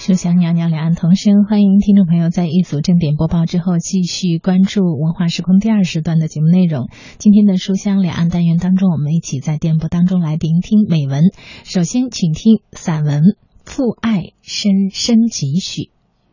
书香袅袅两岸同声，欢迎听众朋友在一组正点播报之后继续关注文化时空第二时段的节目内容。今天的书香两岸单元当中，我们一起在电波当中来聆听美文。首先请听散文《父爱深深几许》。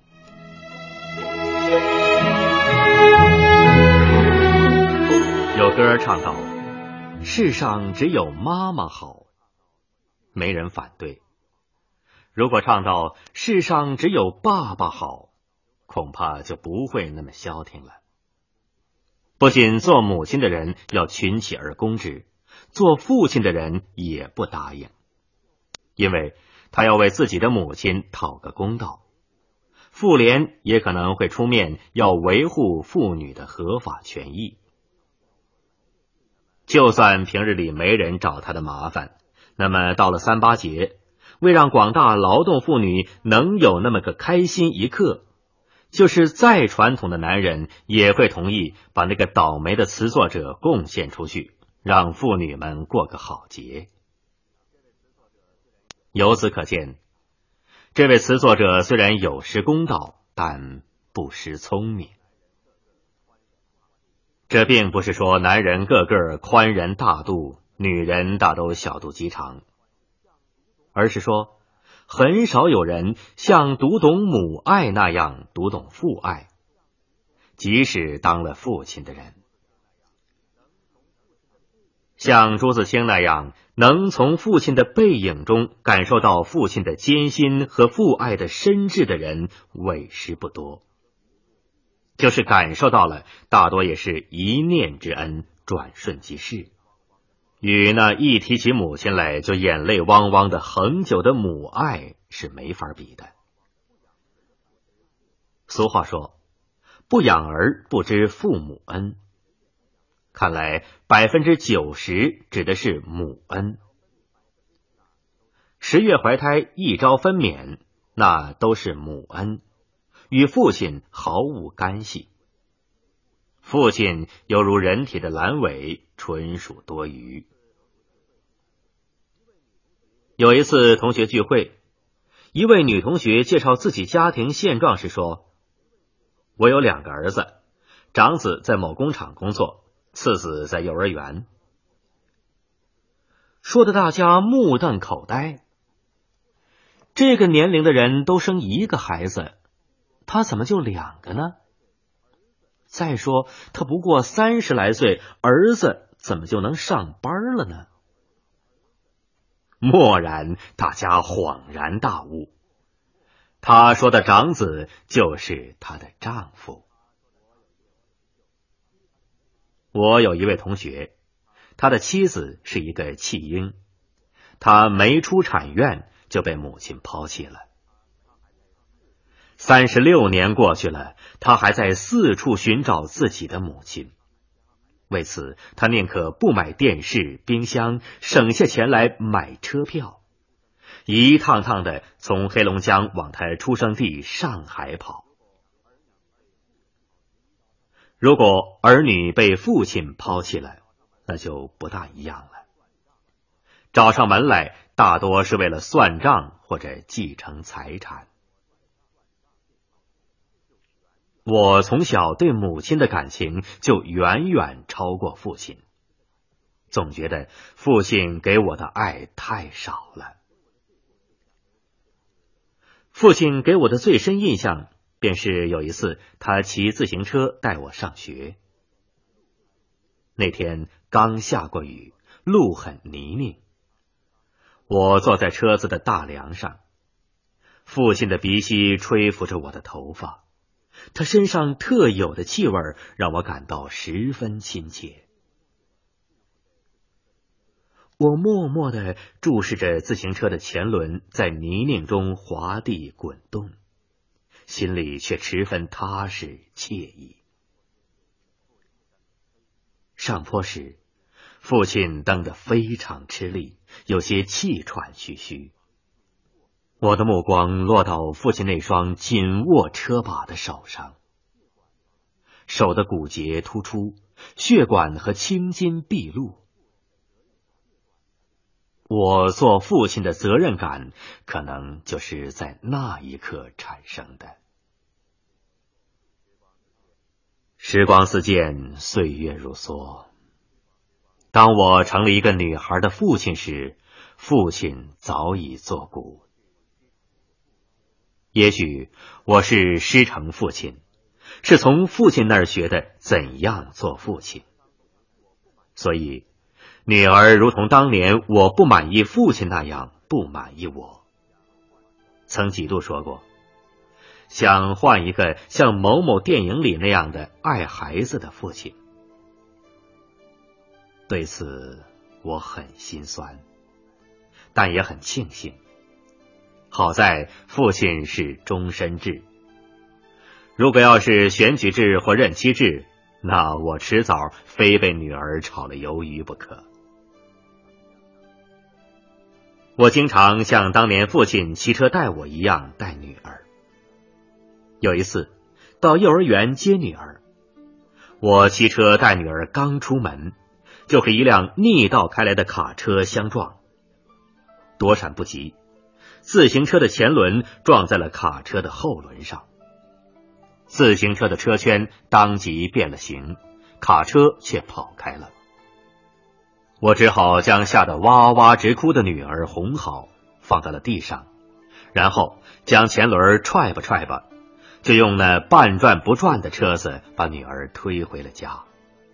有歌唱道，世上只有妈妈好，没人反对。如果唱到世上只有爸爸好，恐怕就不会那么消停了。不仅做母亲的人要群起而攻之，做父亲的人也不答应，因为他要为自己的母亲讨个公道。妇联也可能会出面要维护妇女的合法权益。就算平日里没人找他的麻烦，那么到了3·8节，为让广大劳动妇女能有那么个开心一刻，就是再传统的男人也会同意把那个倒霉的词作者贡献出去，让妇女们过个好节。由此可见，这位词作者虽然有失公道，但不失聪明。这并不是说男人个个宽仁大度，女人大都小肚鸡肠，而是说很少有人像读懂母爱那样读懂父爱，即使当了父亲的人。像朱自清那样能从父亲的背影中感受到父亲的艰辛和父爱的深挚的人为时不多，就是感受到了，大多也是一念之恩，转瞬即逝，与那一提起母亲来就眼泪汪汪的恒久的母爱是没法比的。俗话说，不养儿不知父母恩，看来90%指的是母恩。10月怀胎1朝分娩，那都是母恩，与父亲毫无干系。父亲犹如人体的阑尾，纯属多余。有一次同学聚会，一位女同学介绍自己家庭现状时说，我有2个儿子，长子在某工厂工作，次子在幼儿园。说的大家目瞪口呆，这个年龄的人都生1个孩子，他怎么就2个呢？再说他不过30来岁，儿子怎么就能上班了呢？蓦然大家恍然大悟，他说的长子就是她的丈夫。我有一位同学，他的妻子是一个弃婴，他没出产院就被母亲抛弃了。36年过去了，他还在四处寻找自己的母亲。为此，他宁可不买电视、冰箱，省下钱来买车票，一趟趟的从黑龙江往他出生地上海跑。如果儿女被父亲抛弃了，那就不大一样了。找上门来，大多是为了算账或者继承财产。我从小对母亲的感情就远远超过父亲，总觉得父亲给我的爱太少了。父亲给我的最深印象便是有一次他骑自行车带我上学。那天刚下过雨，路很泥泞，我坐在车子的大梁上，父亲的鼻息吹拂着我的头发，他身上特有的气味让我感到十分亲切。我默默地注视着自行车的前轮在泥泞中滑地滚动，心里却十分踏实惬意。上坡时，父亲蹬得非常吃力，有些气喘吁吁。我的目光落到父亲那双紧握车把的手上，手的骨节突出，血管和青筋毕露。 我做父亲的责任感可能就是在那一刻产生的。时光似箭，岁月如梭。当我成了一个女孩的父亲时，父亲早已作古。也许我是师承父亲，是从父亲那儿学的怎样做父亲。所以女儿如同当年我不满意父亲那样不满意我。曾几度说过，想换一个像某某电影里那样的爱孩子的父亲。对此我很心酸，但也很庆幸。好在父亲是终身制，如果要是选举制或任期制，那我迟早非被女儿炒了鱿鱼不可。我经常像当年父亲骑车带我一样带女儿。有一次到幼儿园接女儿，我骑车带女儿刚出门，就和一辆逆道开来的卡车相撞，躲闪不及，自行车的前轮撞在了卡车的后轮上，自行车的车圈当即变了形，卡车却跑开了。我只好将吓得哇哇直哭的女儿哄好，放在了地上，然后将前轮踹吧踹吧，就用那半转不转的车子把女儿推回了家。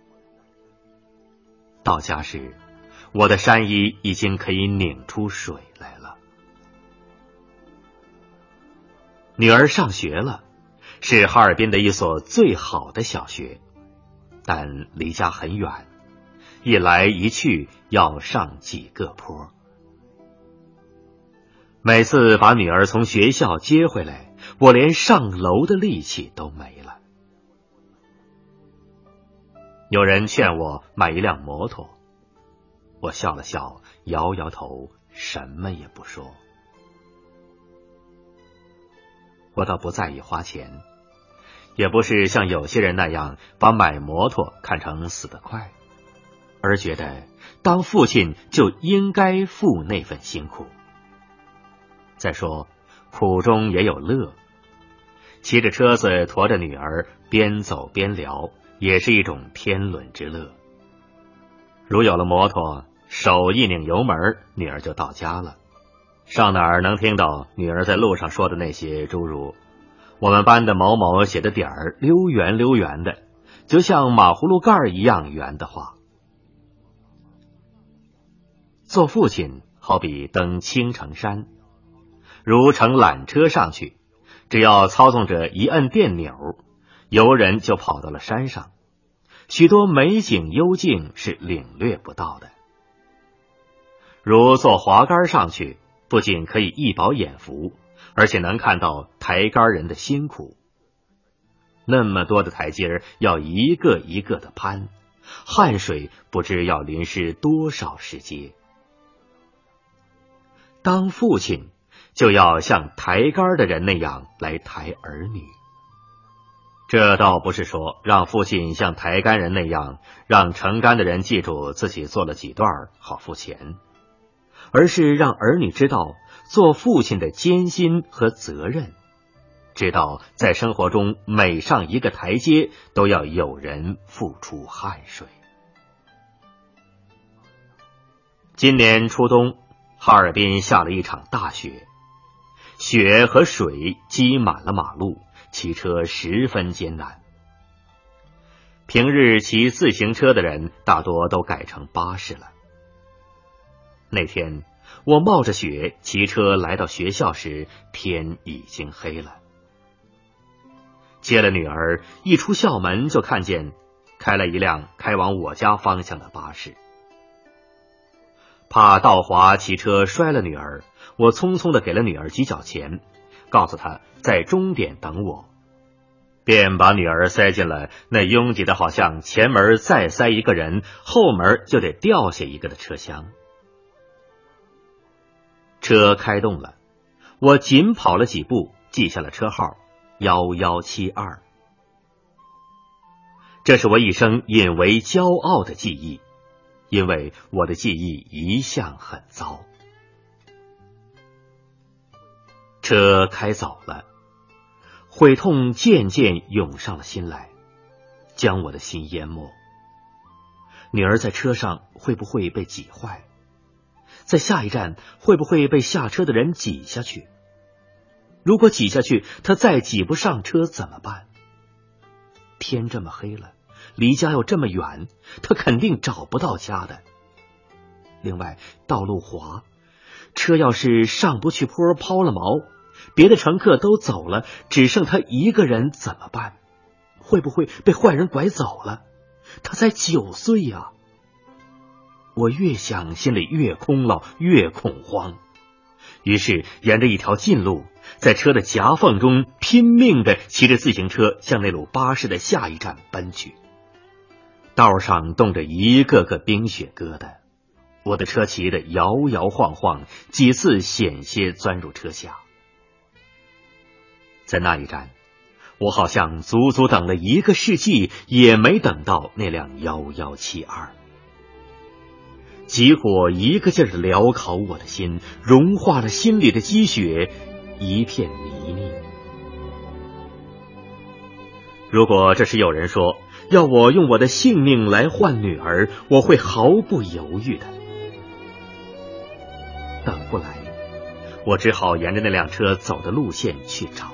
到家时，我的衫衣已经可以拧出水来了。女儿上学了，是哈尔滨的一所最好的小学，但离家很远，一来一去要上几个坡。每次把女儿从学校接回来，我连上楼的力气都没了。有人劝我买一辆摩托，我笑了笑，摇摇头，什么也不说。我倒不在意花钱，也不是像有些人那样把买摩托看成死得快，而觉得当父亲就应该负那份辛苦。再说苦中也有乐，骑着车子驮着女儿边走边聊，也是一种天伦之乐。如有了摩托，手一拧油门，女儿就到家了。上哪儿能听到女儿在路上说的那些诸如我们班的某某写的点儿溜圆溜圆的，就像马葫芦盖一样圆的话。做父亲好比登青城山，如乘缆车上去，只要操纵着一摁电钮，游人就跑到了山上，许多美景幽静是领略不到的。如坐滑竿上去，不仅可以一饱眼福，而且能看到抬竿人的辛苦。那么多的台阶要一个一个的攀，汗水不知要淋湿多少时节。当父亲就要像抬竿的人那样来抬儿女。这倒不是说让父亲像抬竿人那样让承竿的人记住自己做了几段好付钱，而是让儿女知道做父亲的艰辛和责任，知道在生活中每上一个台阶都要有人付出汗水。今年初冬，哈尔滨下了一场大雪，雪和水积满了马路，骑车十分艰难。平日骑自行车的人大多都改成巴士了。那天我冒着雪骑车来到学校时，天已经黑了。接了女儿，一出校门就看见开了一辆开往我家方向的巴士。怕道滑骑车摔了女儿，我匆匆地给了女儿几角钱，告诉她在终点等我，便把女儿塞进了那拥挤的好像前门再塞一个人，后门就得掉下一个的车厢。车开动了，我紧跑了几步，记下了车号1172。这是我一生引为骄傲的记忆，因为我的记忆一向很糟。 车开走了，悔痛渐渐涌上了心来，将我的心淹没。女儿在车上会不会被挤坏？在下一站会不会被下车的人挤下去？如果挤下去，她再挤不上车怎么办？天这么黑了，离家又这么远，她肯定找不到家的。另外，道路滑，车要是上不去坡，抛了锚，别的乘客都走了，只剩她一个人怎么办？会不会被坏人拐走了？她才9岁呀！我越想心里越空落，越恐慌。于是沿着一条近路，在车的夹缝中拼命地骑着自行车向那路巴士的下一站奔去。道上冻着一个个冰雪疙瘩，我的车骑得摇摇晃晃，几次险些钻入车下。在那一站，我好像足足等了1个世纪，也没等到那辆1172。急火一个劲儿地燎烤我的心，融化了心里的积雪，一片泥泞。如果这时有人说要我用我的性命来换女儿，我会毫不犹豫的。等不来，我只好沿着那辆车走的路线去找。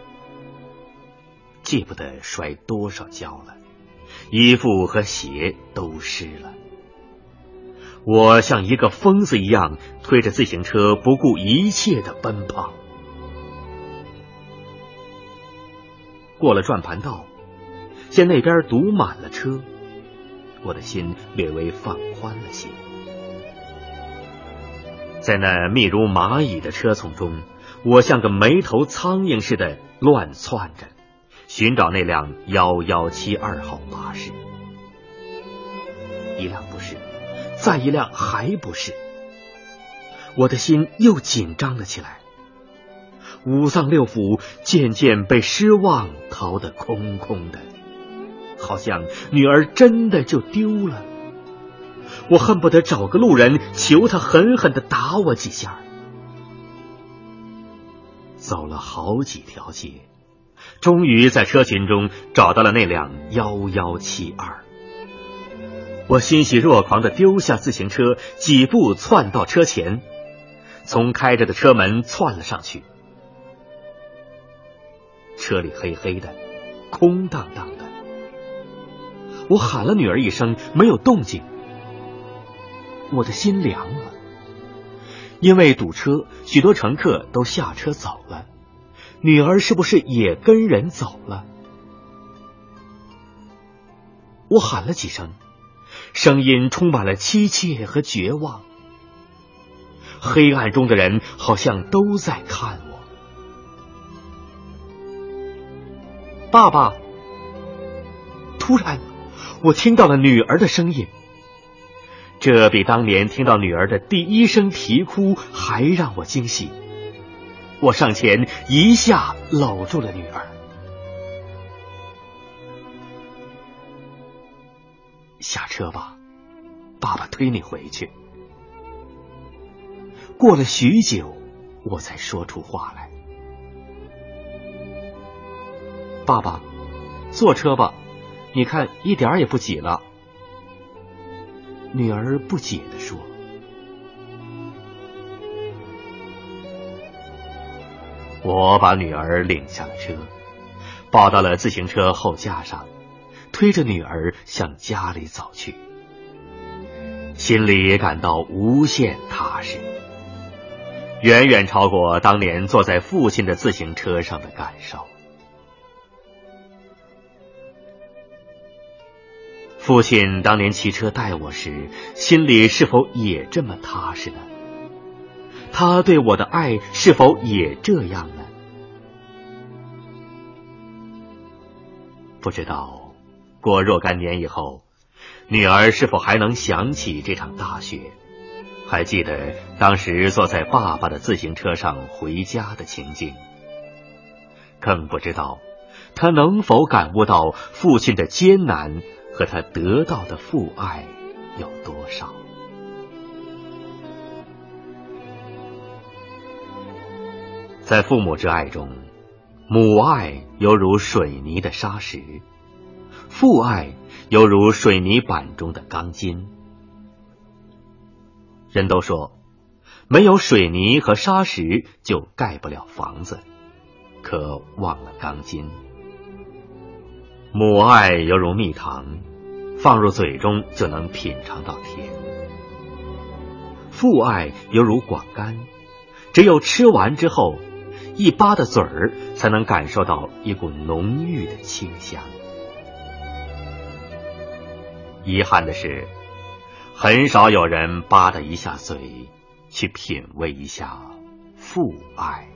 记不得摔多少跤了，衣服和鞋都湿了。我像一个疯子一样推着自行车，不顾一切的奔跑。过了转盘道，见那边堵满了车，我的心略微放宽了些。在那密如蚂蚁的车丛中，我像个没头苍蝇似的乱窜着，寻找那辆1172号巴士。一辆不是，再一辆还不是，我的心又紧张了起来。五脏六腑渐渐被失望掏得空空的，好像女儿真的就丢了。我恨不得找个路人，求他狠狠地打我几下。走了好几条街，终于在车群中找到了那辆1172。我欣喜若狂地丢下自行车，几步窜到车前，从开着的车门窜了上去。车里黑黑的，空荡荡的。我喊了女儿一声，没有动静。我的心凉了，因为堵车，许多乘客都下车走了，女儿是不是也跟人走了？我喊了几声，声音充满了凄切和绝望。黑暗中的人好像都在看我。爸爸！突然，我听到了女儿的声音，这比当年听到女儿的第一声啼哭还让我惊喜。我上前一下搂住了女儿。下车吧，爸爸推你回去。过了许久，我才说出话来。爸爸，坐车吧，你看一点也不挤了。女儿不解地说。我把女儿领下了车，抱到了自行车后架上，推着女儿向家里走去，心里感到无限踏实，远远超过当年坐在父亲的自行车上的感受。父亲当年骑车带我时，心里是否也这么踏实呢？他对我的爱是否也这样呢？不知道过若干年以后，女儿是否还能想起这场大雪，还记得当时坐在爸爸的自行车上回家的情景，更不知道她能否感悟到父亲的艰难和他得到的父爱有多少。 在父母之爱中，母爱犹如水泥的砂石，父爱犹如水泥板中的钢筋。人都说，没有水泥和砂石就盖不了房子，可忘了钢筋。母爱犹如蜜糖，放入嘴中就能品尝到甜。父爱犹如quả干，只有吃完之后，一扒的嘴儿才能感受到一股浓郁的清香。遗憾的是，很少有人扒的一下嘴，去品味一下父爱。